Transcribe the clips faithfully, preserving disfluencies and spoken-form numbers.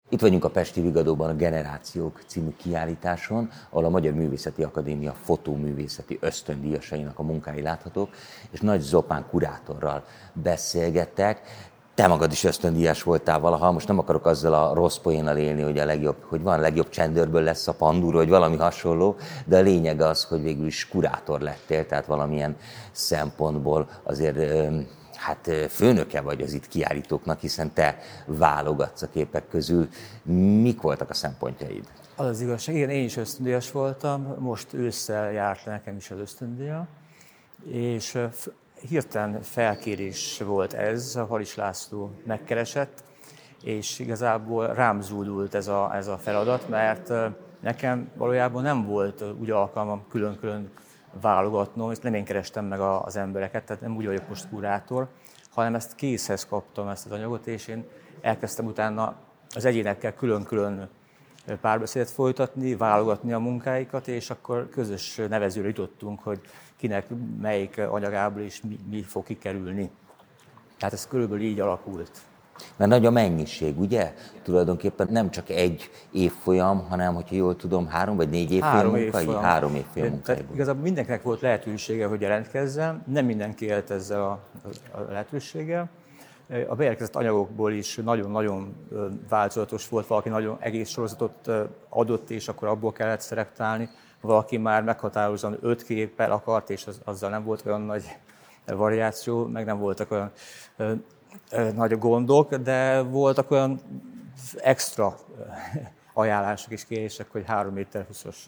Itt vagyunk a Pesti Vigadóban a Generációk című kiállításon, ahol a Magyar Művészeti Akadémia fotóművészeti ösztöndíjasainak a munkái láthatók, és Nagy Zopán kurátorral beszélgettek. Te magad is ösztöndíjas voltál valaha, most nem akarok azzal a rossz poénnal élni, hogy, a legjobb, hogy van legjobb csendőrből lesz a pandúra, vagy valami hasonló, de a lényeg az, hogy végül is kurátor lettél, tehát valamilyen szempontból azért hát főnöke vagy az itt kiállítóknak, hiszen te válogatsz a képek közül. Mik voltak a szempontjaid? Az az igazság, igen, én is ösztöndíjas voltam, most ősszel járt le nekem is az ösztöndíja, és hirtelen felkérés volt ez, a Halis László megkeresett, és igazából rám zúdult ez a, ez a feladat, mert nekem valójában nem volt úgy alkalmam külön-külön válogatnom, és nem én kerestem meg az embereket, tehát nem úgy vagyok most kurátor, hanem ezt készhez kaptam, ezt az anyagot, és én elkezdtem utána az egyénekkel külön-külön párbeszédet folytatni, válogatni a munkáikat, és akkor közös nevezőre jutottunk, hogy kinek melyik anyagából is mi, mi fog kikerülni. Tehát ez körülbelül így alakult. Mert nagy a mennyiség, ugye? Tulajdonképpen nem csak egy évfolyam, hanem, hogyha jól tudom, három vagy négy évfolyam munkai? Három évfolyam munkáiból. Igazából mindenkinek volt lehetősége, hogy jelentkezzen, nem mindenki élt ezzel a, a lehetőséggel. A beérkezett anyagokból is nagyon-nagyon változatos volt, valaki nagyon egész sorozatot adott, és akkor abból kellett szelektálni. Valaki már meghatározóan öt képpel akart, és az, azzal nem volt olyan nagy variáció, meg nem voltak olyan ö, ö, nagy gondok, de voltak olyan extra ajánlások és kérések, hogy három méter húszas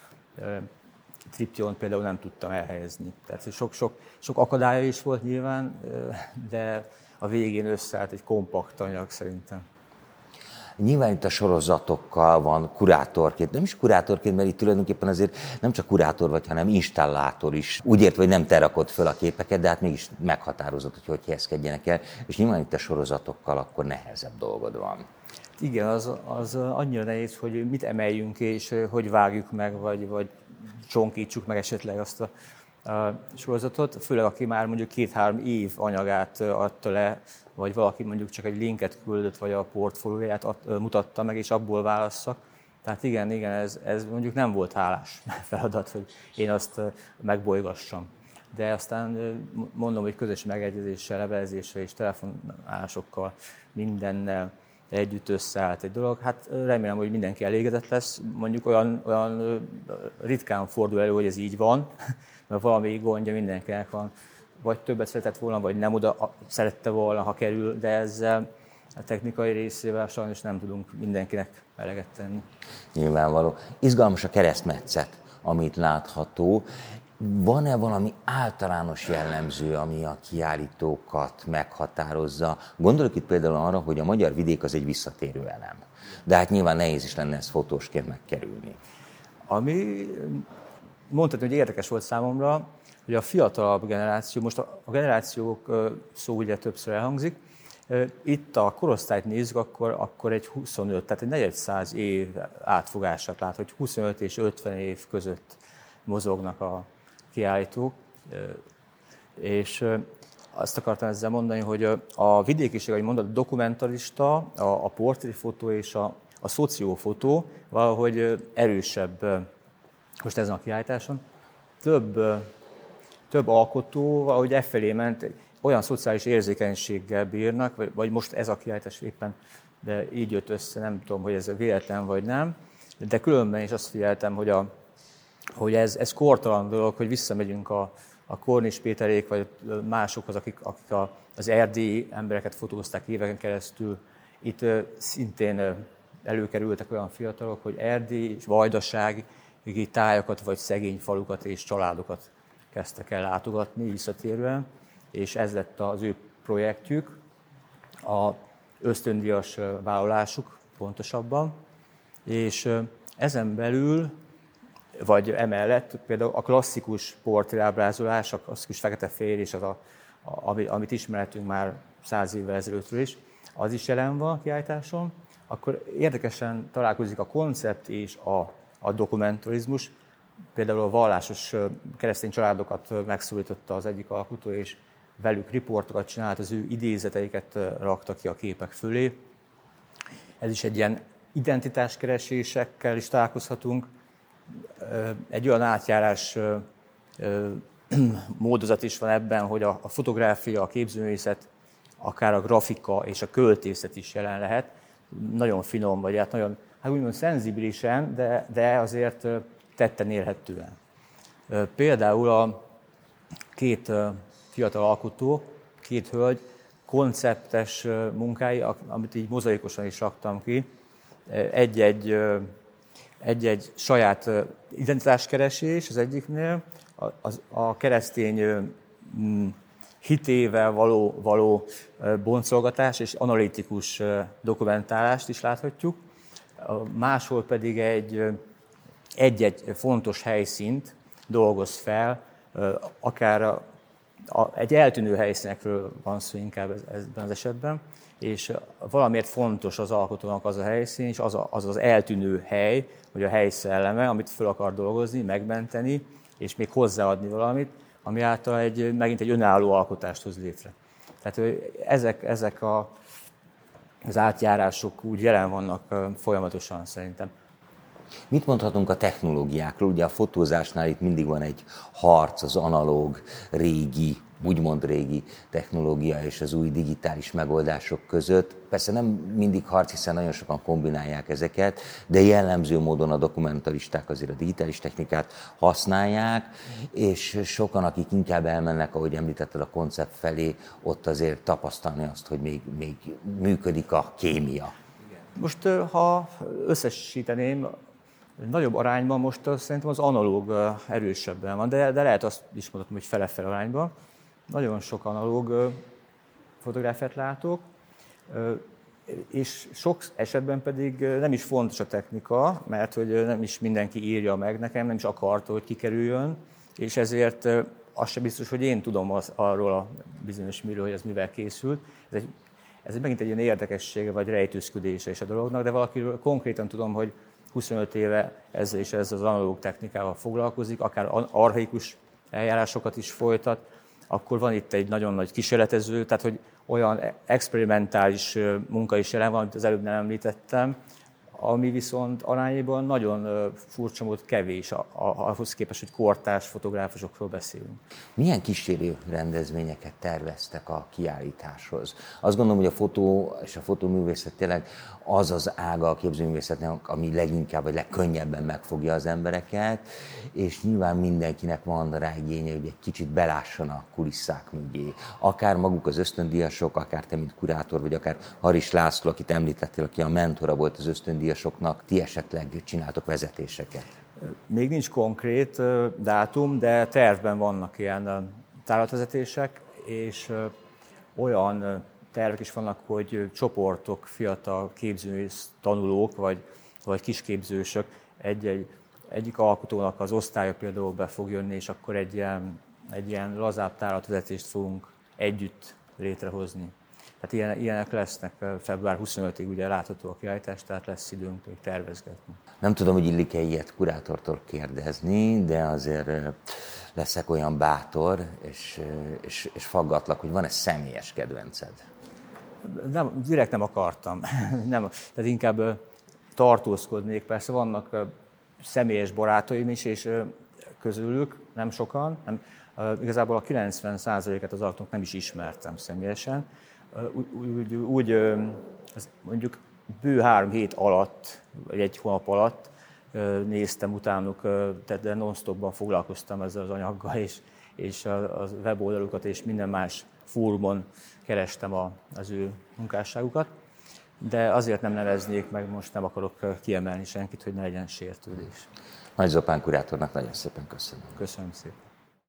triptyont például nem tudtam elhelyezni. Tehát sok, sok, sok akadálya is volt nyilván, de a végén összeállt egy kompakt anyag szerintem. Nyilván itt a sorozatokkal van kurátorként, nem is kurátorként, mert itt tulajdonképpen azért nem csak kurátor vagy, hanem installátor is. Úgy ért, hogy nem te rakod föl a képeket, de hát mégis meghatározott, hogy hogy helyezkedjenek el, és nyilván itt a sorozatokkal akkor nehezebb dolgod van. Igen, az, az annyira nehéz, hogy mit emeljünk és hogy vágjuk meg, vagy, vagy csonkítsuk meg esetleg azt a, a sorozatot, főleg aki már mondjuk két-három év anyagát adta le, vagy valaki mondjuk csak egy linket küldött, vagy a portfólióját mutatta meg, és abból válasszak. Tehát igen, igen, ez, ez mondjuk nem volt hálás feladat, hogy én azt megbolygassam. De aztán mondom, hogy közös megegyezéssel, levelezéssel és telefonásokkal, mindennel együtt összeállt egy dolog. Hát remélem, hogy mindenki elégedett lesz. Mondjuk olyan, olyan ritkán fordul elő, hogy ez így van, mert valami gondja mindenkinek van. Vagy többet szeretett volna, vagy nem oda szerette volna, ha kerül, de ezzel a technikai részével sajnos nem tudunk mindenkinek eleget tenni. Nyilvánvaló. Izgalmas a keresztmetszet, amit látható. Van-e valami általános jellemző, ami a kiállítókat meghatározza? Gondolok itt például arra, hogy a magyar vidék az egy visszatérő elem. De hát nyilván nehéz is lenne ezt fotósként megkerülni. Ami mondhatni, hogy érdekes volt számomra, hogy a fiatalabb generáció, most a generációk szó ugye többször elhangzik, itt a korosztályt nézzük, akkor, akkor egy huszonöt, tehát egy negyedszáz év átfogását lát, hogy huszonöt és ötven év között mozognak a kiállítók. És azt akartam ezzel mondani, hogy a vidékiség, ahogy mondod, a dokumentarista, a, a portréfotó és a, a szociófotó valahogy erősebb most ezen a kiállításon. Több, több alkotó valahogy e felé ment, olyan szociális érzékenységgel bírnak, vagy, vagy most ez a kiállítás éppen, de így jött össze, nem tudom, hogy ez véletlen vagy nem, de különben is azt figyeltem, hogy, a, hogy ez, ez kortalan dolog, hogy visszamegyünk a, a Kornis Péterék, vagy másokhoz, akik, akik a, az erdélyi embereket fotózták éveken keresztül. Itt szintén előkerültek olyan fiatalok, hogy erdély és vajdasági tájakat, vagy szegény falukat és családokat kezdtek el látogatni visszatérően, és ez lett az ő projektjük, a ösztöndíjas vállalásuk pontosabban, és ezen belül, vagy emellett például a klasszikus portréábrázolás, a klasszikus fekete-fehér, és az a, a, amit ismerhetünk már száz évvel ezelőttről is, az is jelen van a kiállításon. Akkor érdekesen találkozik a koncept és a, a dokumentarizmus. Például a vallásos keresztény családokat megszólította az egyik alkotó, és velük riportokat csinált, az ő idézeteiket rakta ki a képek fölé. Ez is egy ilyen identitáskeresésekkel is találkozhatunk. Egy olyan átjárás módozat is van ebben, hogy a fotográfia, a képzőművészet, akár a grafika és a költészet is jelen lehet. Nagyon finom, vagy hát nagyon, hát úgymond szenzibilisen, de, de azért tetten érhetően. Például a két fiatal alkotó, két hölgy konceptes munkái, amit így mozaikosan is raktam ki, egy-egy, egy-egy saját identitáskeresés az egyiknél, a, a keresztény hitével való, való boncolgatás és analitikus dokumentálást is láthatjuk. Máshol pedig egy, egy-egy fontos helyszínt dolgoz fel, akár a, a, egy eltűnő helyszínekről van szó inkább ebben az esetben, és valamiért fontos az alkotónak az a helyszín, és az a, az, az eltűnő hely, vagy a hely szelleme, amit föl akar dolgozni, megmenteni, és még hozzáadni valamit, ami által egy, megint egy önálló alkotást hoz létre. Tehát ezek, ezek a, az átjárások úgy jelen vannak folyamatosan szerintem. Mit mondhatunk a technológiákról? Ugye a fotózásnál itt mindig van egy harc az analóg, régi, úgymond régi technológia és az új digitális megoldások között. Persze nem mindig harc, hiszen nagyon sokan kombinálják ezeket, de jellemző módon a dokumentaristák azért a digitális technikát használják, és sokan, akik inkább elmennek, ahogy említetted, a koncept felé, ott azért tapasztalni azt, hogy még, még működik a kémia. Most, ha összesíteném, nagyobb arányban most szerintem az analóg erősebben van, de, de lehet azt is mondhatom, hogy fele-fele arányban. Nagyon sok analóg fotográfiát látok, és sok esetben pedig nem is fontos a technika, mert hogy nem is mindenki írja meg nekem, nem is akarta, hogy kikerüljön, és ezért az sem biztos, hogy én tudom az, arról a bizonyos műről, hogy ez mivel készült. Ez, egy, ez megint egy ilyen érdekessége vagy rejtőzködése is a dolognak, de valakiről konkrétan tudom, hogy huszonöt éve ezzel és ezzel az analóg technikával foglalkozik, akár archaikus eljárásokat is folytat, akkor van itt egy nagyon nagy kísérletező, tehát hogy olyan experimentális munka is jelen van, amit az előbb nem említettem, ami viszont arányában nagyon furcsa módon kevés ahhoz képest, hogy kortárs fotográfusokról beszélünk. Milyen kísérő rendezvényeket terveztek a kiállításhoz? Azt gondolom, hogy a fotó és a fotóművészet tényleg az az ága a képzőművészetnek, ami leginkább vagy legkönnyebben megfogja az embereket, és nyilván mindenkinek van rá igénye, hogy egy kicsit belásson a kulisszák mögé. Akár maguk az ösztöndíjasok, akár te, mint kurátor, vagy akár Haris László, akit említettél, aki a mentora volt az ösztöndíjasoknak, ti esetleg csináltok vezetéseket? Még nincs konkrét dátum, de tervben vannak ilyen tárlatvezetések, és olyan tervek is vannak, hogy csoportok, fiatal képzőművész tanulók, vagy, vagy kisképzősök, egy-egy, egyik alkotónak az osztálya például be fog jönni, és akkor egy ilyen, egy ilyen lazább tárlatvezetést fogunk együtt létrehozni. Tehát ilyen, ilyenek lesznek, február huszonötödikéig ugye látható a kiállítás, tehát lesz időnk még tervezgetni. Nem tudom, hogy illik-e ilyet kurátortól kérdezni, de azért leszek olyan bátor, és, és, és faggatlak, hogy van-e személyes kedvenced? Nem, direkt nem akartam. nem, tehát inkább tartózkodnék. Persze vannak személyes barátaim is, és közülük nem sokan. Nem, igazából a kilencven százalékát az alkotóknak nem is ismertem személyesen. Úgy, úgy, úgy mondjuk bő három hét alatt, vagy egy hónap alatt néztem utánuk, de non-stopban foglalkoztam ezzel az anyaggal, és, és a, a weboldalukat és minden más fórumon kerestem a, az ő munkásságukat. De azért nem neveznék meg, most nem akarok kiemelni senkit, hogy ne legyen sértődés. Nagy Zopán kurátornak nagyon szépen köszönöm. Köszönöm szépen.